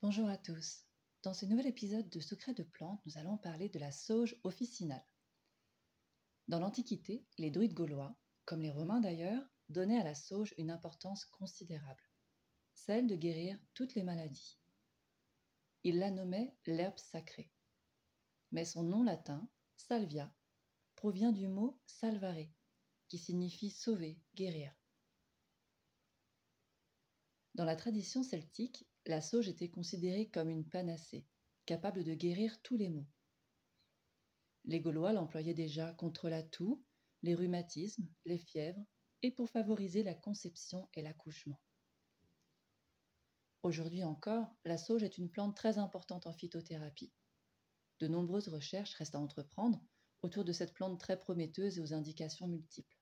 Bonjour à tous. Dans ce nouvel épisode de Secrets de plantes, nous allons parler de la sauge officinale. Dans l'Antiquité, les druides gaulois, comme les Romains d'ailleurs, donnaient à la sauge une importance considérable, celle de guérir toutes les maladies. Ils la nommaient l'herbe sacrée. Mais son nom latin, salvia, provient du mot salvare, qui signifie sauver, guérir. Dans la tradition celtique, la sauge était considérée comme une panacée, capable de guérir tous les maux. Les Gaulois l'employaient déjà contre la toux, les rhumatismes, les fièvres et pour favoriser la conception et l'accouchement. Aujourd'hui encore, la sauge est une plante très importante en phytothérapie. De nombreuses recherches restent à entreprendre autour de cette plante très prometteuse et aux indications multiples.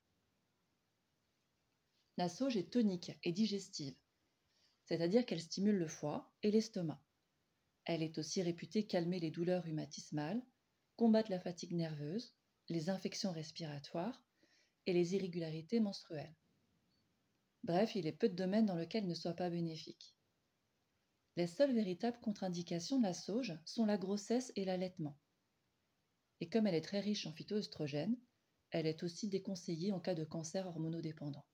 La sauge est tonique et digestive, c'est-à-dire qu'elle stimule le foie et l'estomac. Elle est aussi réputée calmer les douleurs rhumatismales, combattre la fatigue nerveuse, les infections respiratoires et les irrégularités menstruelles. Bref, il est peu de domaines dans lesquels elle ne soit pas bénéfique. Les seules véritables contre-indications de la sauge sont la grossesse et l'allaitement. Et comme elle est très riche en phytoœstrogènes, elle est aussi déconseillée en cas de cancer hormonodépendant.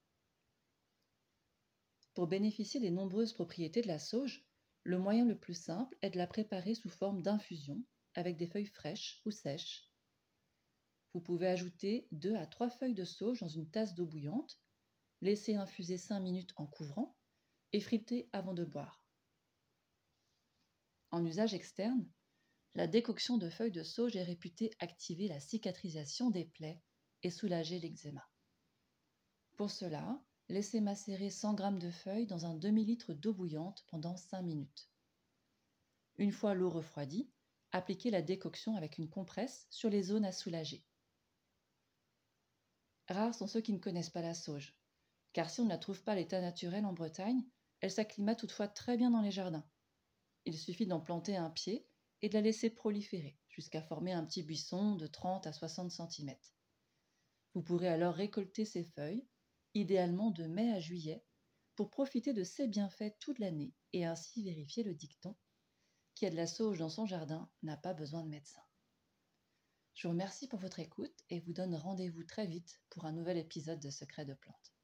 Pour bénéficier des nombreuses propriétés de la sauge, le moyen le plus simple est de la préparer sous forme d'infusion avec des feuilles fraîches ou sèches. Vous pouvez ajouter 2 à 3 feuilles de sauge dans une tasse d'eau bouillante, laisser infuser 5 minutes en couvrant et friter avant de boire. En usage externe, la décoction de feuilles de sauge est réputée activer la cicatrisation des plaies et soulager l'eczéma. Pour cela, laissez macérer 100 g de feuilles dans un demi-litre d'eau bouillante pendant 5 minutes. Une fois l'eau refroidie, appliquez la décoction avec une compresse sur les zones à soulager. Rares sont ceux qui ne connaissent pas la sauge, car si on ne la trouve pas à l'état naturel en Bretagne, elle s'acclimate toutefois très bien dans les jardins. Il suffit d'en planter un pied et de la laisser proliférer jusqu'à former un petit buisson de 30 à 60 cm. Vous pourrez alors récolter ces feuilles, idéalement de mai à juillet, pour profiter de ses bienfaits toute l'année et ainsi vérifier le dicton « Qui a de la sauge dans son jardin n'a pas besoin de médecin ». Je vous remercie pour votre écoute et vous donne rendez-vous très vite pour un nouvel épisode de Secrets de plantes.